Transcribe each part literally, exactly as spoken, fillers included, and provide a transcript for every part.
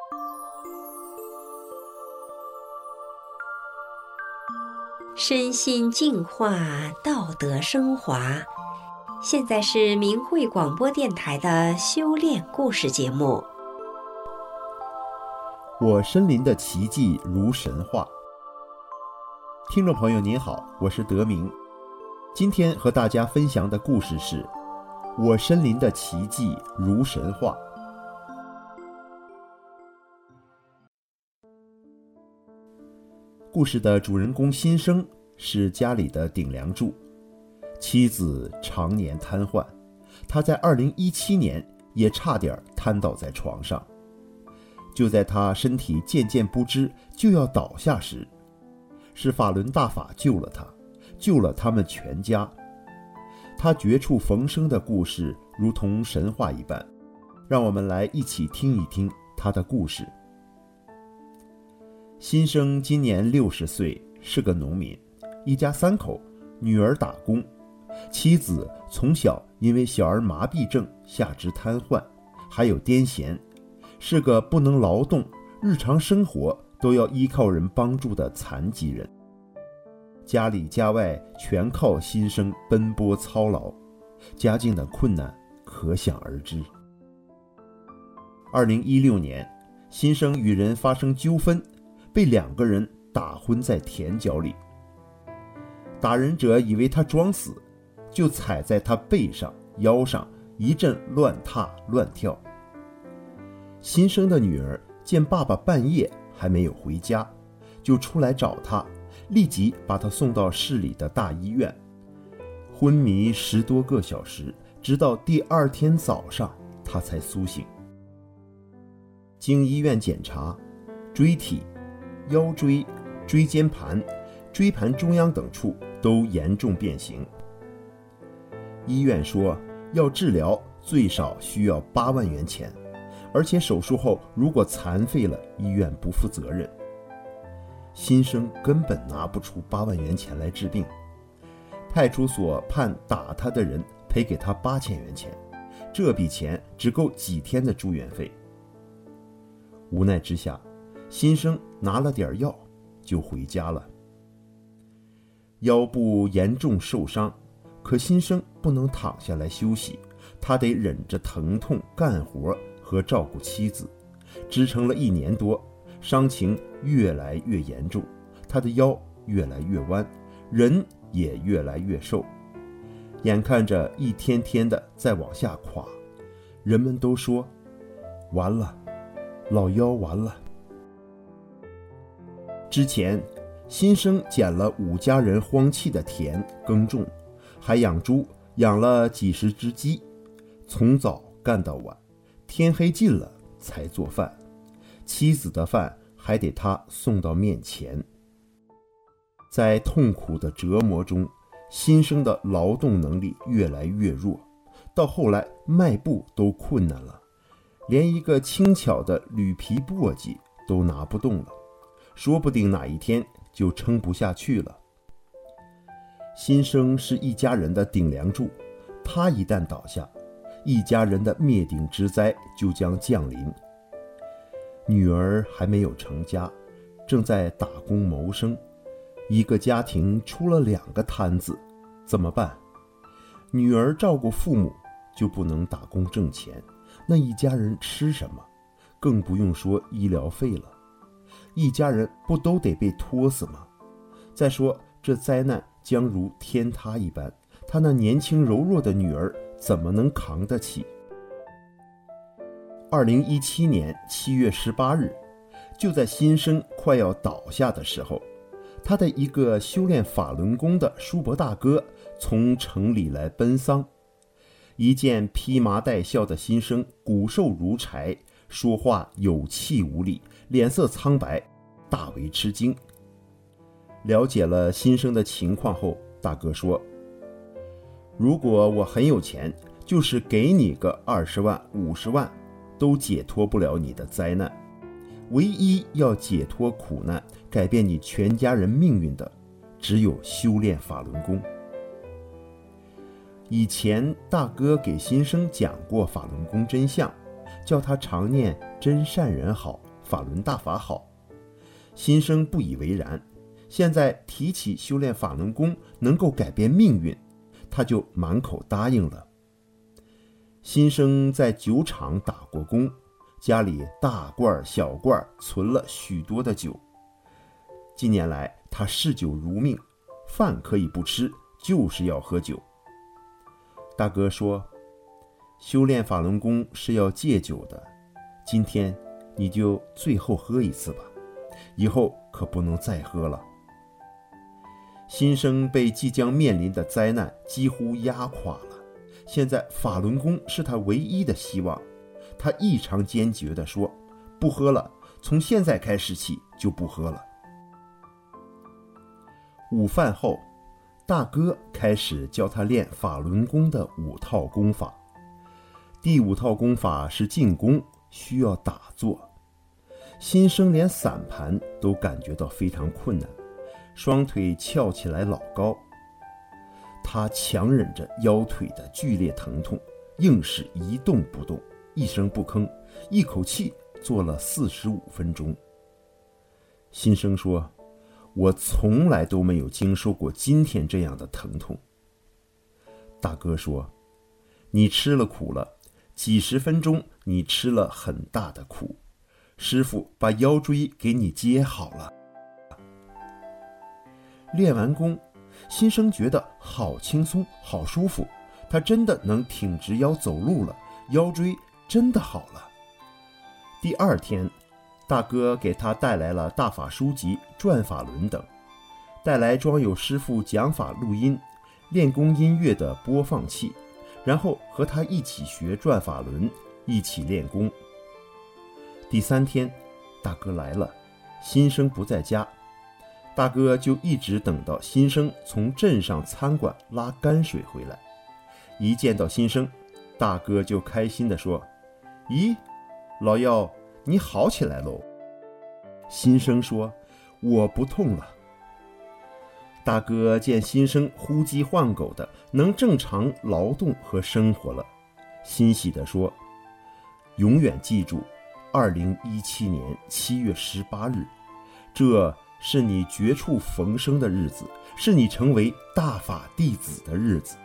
身心净化，道德升华。现在是明慧广播电台的修炼故事节目。 我身临的奇迹如神话。听众朋友您好，我是德明。今天和大家分享的故事是我身临的奇迹如神话。故事的主人公新生是家里的顶梁柱，妻子常年瘫痪，他在二零一七年也差点瘫倒在床上。就在他身体渐渐不支就要倒下时，是法轮大法救了他，救了他们全家。他绝处逢生的故事如同神话一般，让我们来一起听一听他的故事。新生今年六十岁，是个农民，一家三口，女儿打工，妻子从小因为小儿麻痹症下肢瘫痪，还有癫痫，是个不能劳动，日常生活都要依靠人帮助的残疾人。家里家外全靠新生奔波操劳，家境的困难可想而知。二零一六年，新生与人发生纠纷，被两个人打昏在田角里。打人者以为他装死，就踩在他背上腰上，一阵乱踏乱跳。新生的女儿见爸爸半夜还没有回家，就出来找他，立即把他送到市里的大医院。昏迷十多个小时，直到第二天早上他才苏醒。经医院检查，椎体、腰椎、椎间盘、椎盘中央等处都严重变形。医院说要治疗最少需要八万元钱，而且手术后如果残废了，医院不负责任。新生根本拿不出八万元钱来治病，派出所判打他的人赔给他八千元钱，这笔钱只够几天的住院费。无奈之下，新生拿了点药就回家了。腰部严重受伤，可新生不能躺下来休息，他得忍着疼痛干活和照顾妻子，支撑了一年多，伤情越来越严重，他的腰越来越弯，人也越来越瘦，眼看着一天天的在往下垮，人们都说完了，老腰完了。之前新生捡了五家人荒弃的田耕种，还养猪，养了几十只鸡，从早干到晚，天黑尽了才做饭，妻子的饭还得他送到面前。在痛苦的折磨中，新生的劳动能力越来越弱，到后来迈步都困难了，连一个轻巧的铝皮簸箕都拿不动了，说不定哪一天就撑不下去了。新生是一家人的顶梁柱，他一旦倒下，一家人的灭顶之灾就将降临。女儿还没有成家，正在打工谋生，一个家庭出了两个摊子，怎么办？女儿照顾父母就不能打工挣钱，那一家人吃什么？更不用说医疗费了，一家人不都得被拖死吗？再说这灾难将如天塌一般，他那年轻柔弱的女儿怎么能扛得起？二零一七年七月十八日，就在新生快要倒下的时候，他的一个修炼法轮功的叔伯大哥从城里来奔丧，一见披麻戴孝的新生骨瘦如柴，说话有气无力，脸色苍白，大为吃惊。了解了新生的情况后，大哥说，如果我很有钱，就是给你个二十万五十万都解脱不了你的灾难，唯一要解脱苦难改变你全家人命运的，只有修炼法轮功。以前大哥给新生讲过法轮功真相，叫他常念真善人好， 法轮大法好。新生不以为然，现在提起修炼法轮功能够改变命运，他就满口答应了。新生在酒厂打过工，家里大罐小罐存了许多的酒。近年来他嗜酒如命，饭可以不吃，就是要喝酒。大哥说，修炼法轮功是要戒酒的，今天你就最后喝一次吧，以后可不能再喝了。新生被即将面临的灾难几乎压垮了，现在法轮功是他唯一的希望。他异常坚决地说，不喝了，从现在开始起就不喝了。午饭后，大哥开始教他练法轮功的五套功法。第五套功法是静功，需要打坐。新生连散盘都感觉到非常困难，双腿翘起来老高。他强忍着腰腿的剧烈疼痛，硬是一动不动，一声不吭，一口气做了四十五分钟。新生说，我从来都没有经受过今天这样的疼痛。大哥说，你吃了苦了，几十分钟你吃了很大的苦，师傅把腰椎给你接好了。练完功，新生觉得好轻松好舒服，他真的能挺直腰走路了，腰椎真的好了。第二天，大哥给他带来了大法书籍、转法轮等，带来装有师父讲法录音、练功音乐的播放器，然后和他一起学转法轮，一起练功。第三天，大哥来了，新生不在家，大哥就一直等到新生从镇上餐馆拉泔水回来。一见到新生，大哥就开心地说，咦，老幺，你好起来喽。新生说，我不痛了。大哥见新生呼鸡唤狗的，能正常劳动和生活了，欣喜地说，永远记住二零一七年七月十八日，这是你绝处逢生的日子，是你成为大法弟子的日子。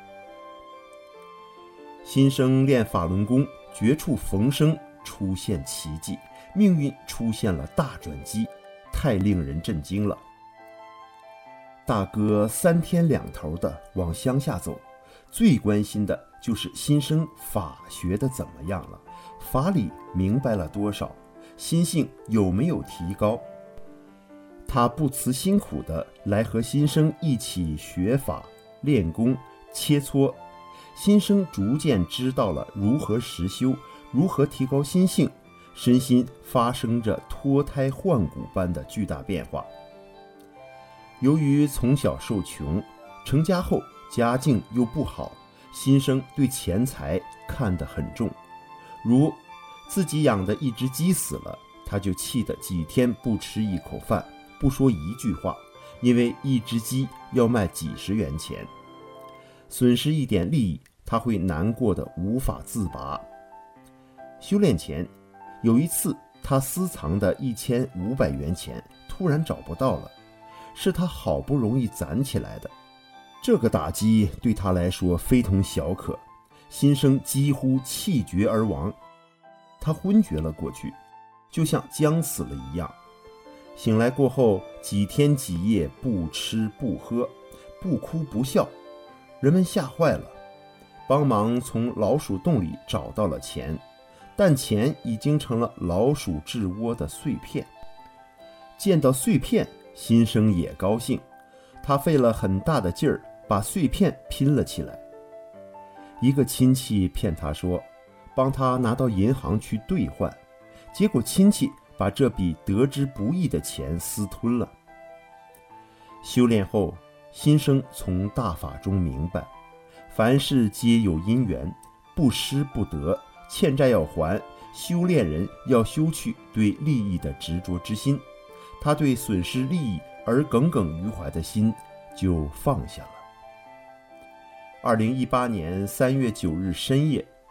新生练法轮功，绝处逢生，出现奇迹，命运出现了大转机，太令人震惊了。大哥三天两头的往乡下走，最关心的就是新生法学的怎么样了，法理明白了多少，心性有没有提高。他不辞辛苦的来和新生一起学法、练功、切磋。新生逐渐知道了如何实修，如何提高心性，身心发生着脱胎换骨般的巨大变化。由于从小受穷，成家后家境又不好，新生对钱财看得很重，如自己养的一只鸡死了，他就气得几天不吃一口饭，不说一句话，因为一只鸡要卖几十元钱，损失一点利益，他会难过的无法自拔。修炼前，有一次他私藏的一千五百元钱突然找不到了，是他好不容易攒起来的。这个打击对他来说非同小可，新生几乎气绝而亡，他昏厥了过去，就像将死了一样。醒来过后，几天几夜不吃不喝，不哭不笑，人们吓坏了，帮忙从老鼠洞里找到了钱，但钱已经成了老鼠治窝的碎片。见到碎片，新生也高兴，他费了很大的劲儿把碎片拼了起来。一个亲戚骗他说帮他拿到银行去兑换，结果亲戚把这笔得之不易的钱私吞了。修炼后，新生从大法中明白，凡事皆有因缘，不失不得，欠债要还，修炼人要修去对利益的执着之心，他对损失利益而耿耿于怀的心就放下了。二零一八年三月九日深夜，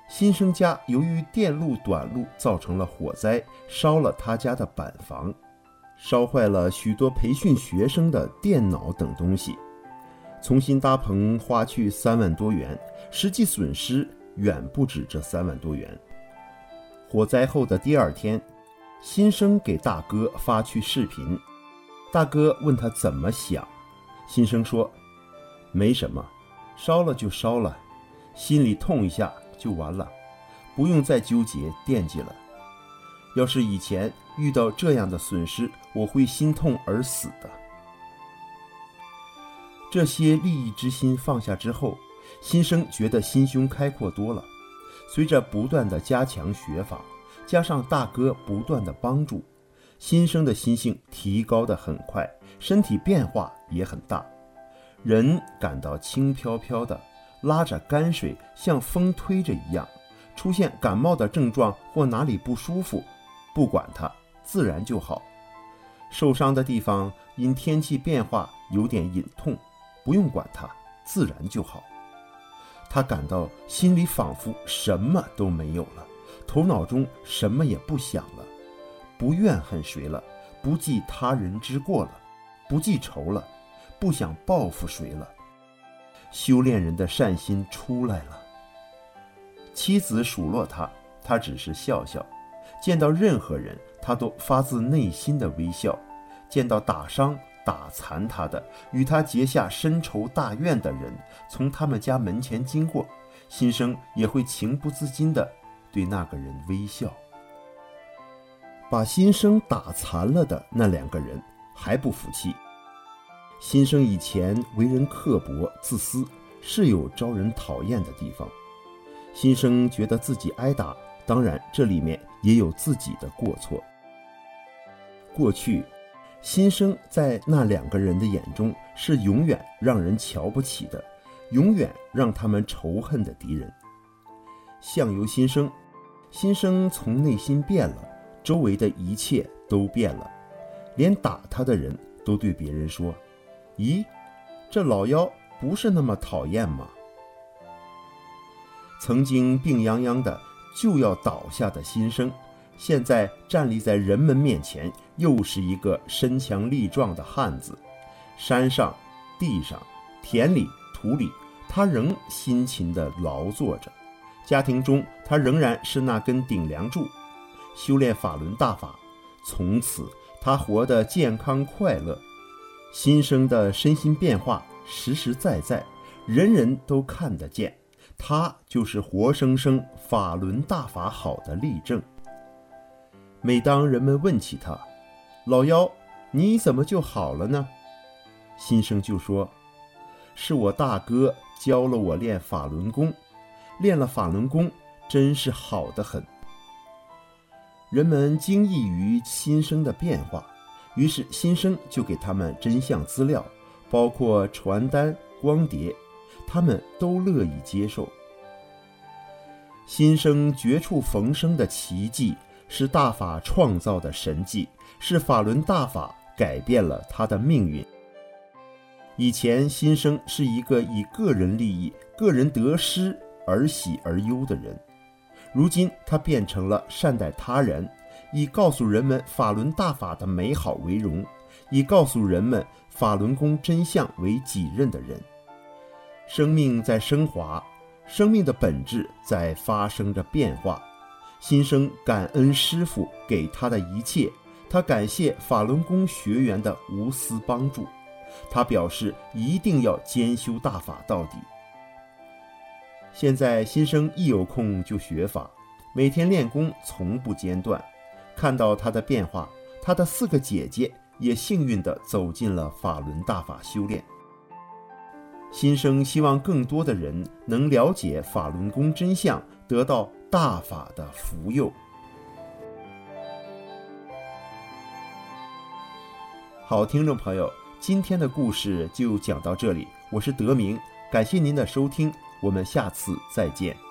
新生家由于电路短路造成了火灾，烧了他家的板房，烧坏了许多培训学生的电脑等东西。重新搭棚花去三万多元，实际损失远不止这三万多元。火灾后的第二天，新生给大哥发去视频，大哥问他怎么想，新生说没什么，烧了就烧了，心里痛一下就完了，不用再纠结惦记了。要是以前遇到这样的损失，我会心痛而死的。这些利益之心放下之后，新生觉得心胸开阔多了。随着不断的加强学法，加上大哥不断的帮助，新生的心性提高得很快，身体变化也很大。人感到轻飘飘的，拉着泔水像风推着一样，出现感冒的症状或哪里不舒服，不管它，自然就好。受伤的地方因天气变化有点隐痛，不用管它，自然就好。他感到心里仿佛什么都没有了，头脑中什么也不想了，不怨恨谁了，不记他人之过了，不记仇了，不想报复谁了。修炼人的善心出来了。妻子数落他，他只是笑笑。见到任何人，他都发自内心的微笑。见到打伤打残他的，与他结下深仇大怨的人，从他们家门前经过，心生也会情不自禁地对那个人微笑。把心生打残了的那两个人还不服气。心生以前为人刻薄自私，是有招人讨厌的地方。心生觉得自己挨打，当然这里面也有自己的过错。过去心生在那两个人的眼中是永远让人瞧不起的，永远让他们仇恨的敌人。相由心生，心生从内心变了，周围的一切都变了，连打他的人都对别人说，咦，这老妖不是那么讨厌吗？曾经病殃殃的就要倒下的心生，现在站立在人们面前，又是一个身强力壮的汉子。山上、地上、田里、土里，他仍辛勤地劳作着。家庭中，他仍然是那根顶梁柱。修炼法轮大法，从此他活得健康快乐。新生的身心变化实实在在，人人都看得见。他就是活生生法轮大法好的例证。每当人们问起他，老妖，你怎么就好了呢？新生就说，是我大哥教了我练法轮功，练了法轮功真是好得很。人们惊异于新生的变化，于是新生就给他们真相资料，包括传单、光碟，他们都乐意接受。新生绝处逢生的奇迹，是大法创造的神迹，是法轮大法改变了他的命运。以前新生是一个以个人利益、个人得失而喜而忧的人，如今他变成了善待他人，以告诉人们法轮大法的美好为荣，以告诉人们法轮功真相为己任的人。生命在升华，生命的本质在发生着变化。新生感恩师父给他的一切，他感谢法轮功学员的无私帮助，他表示一定要兼修大法到底。现在新生一有空就学法，每天练功从不间断。看到他的变化，他的四个姐姐也幸运地走进了法轮大法修炼。新生希望更多的人能了解法轮功真相，得到大法的福佑。好，听众朋友，今天的故事就讲到这里，我是德明，感谢您的收听，我们下次再见。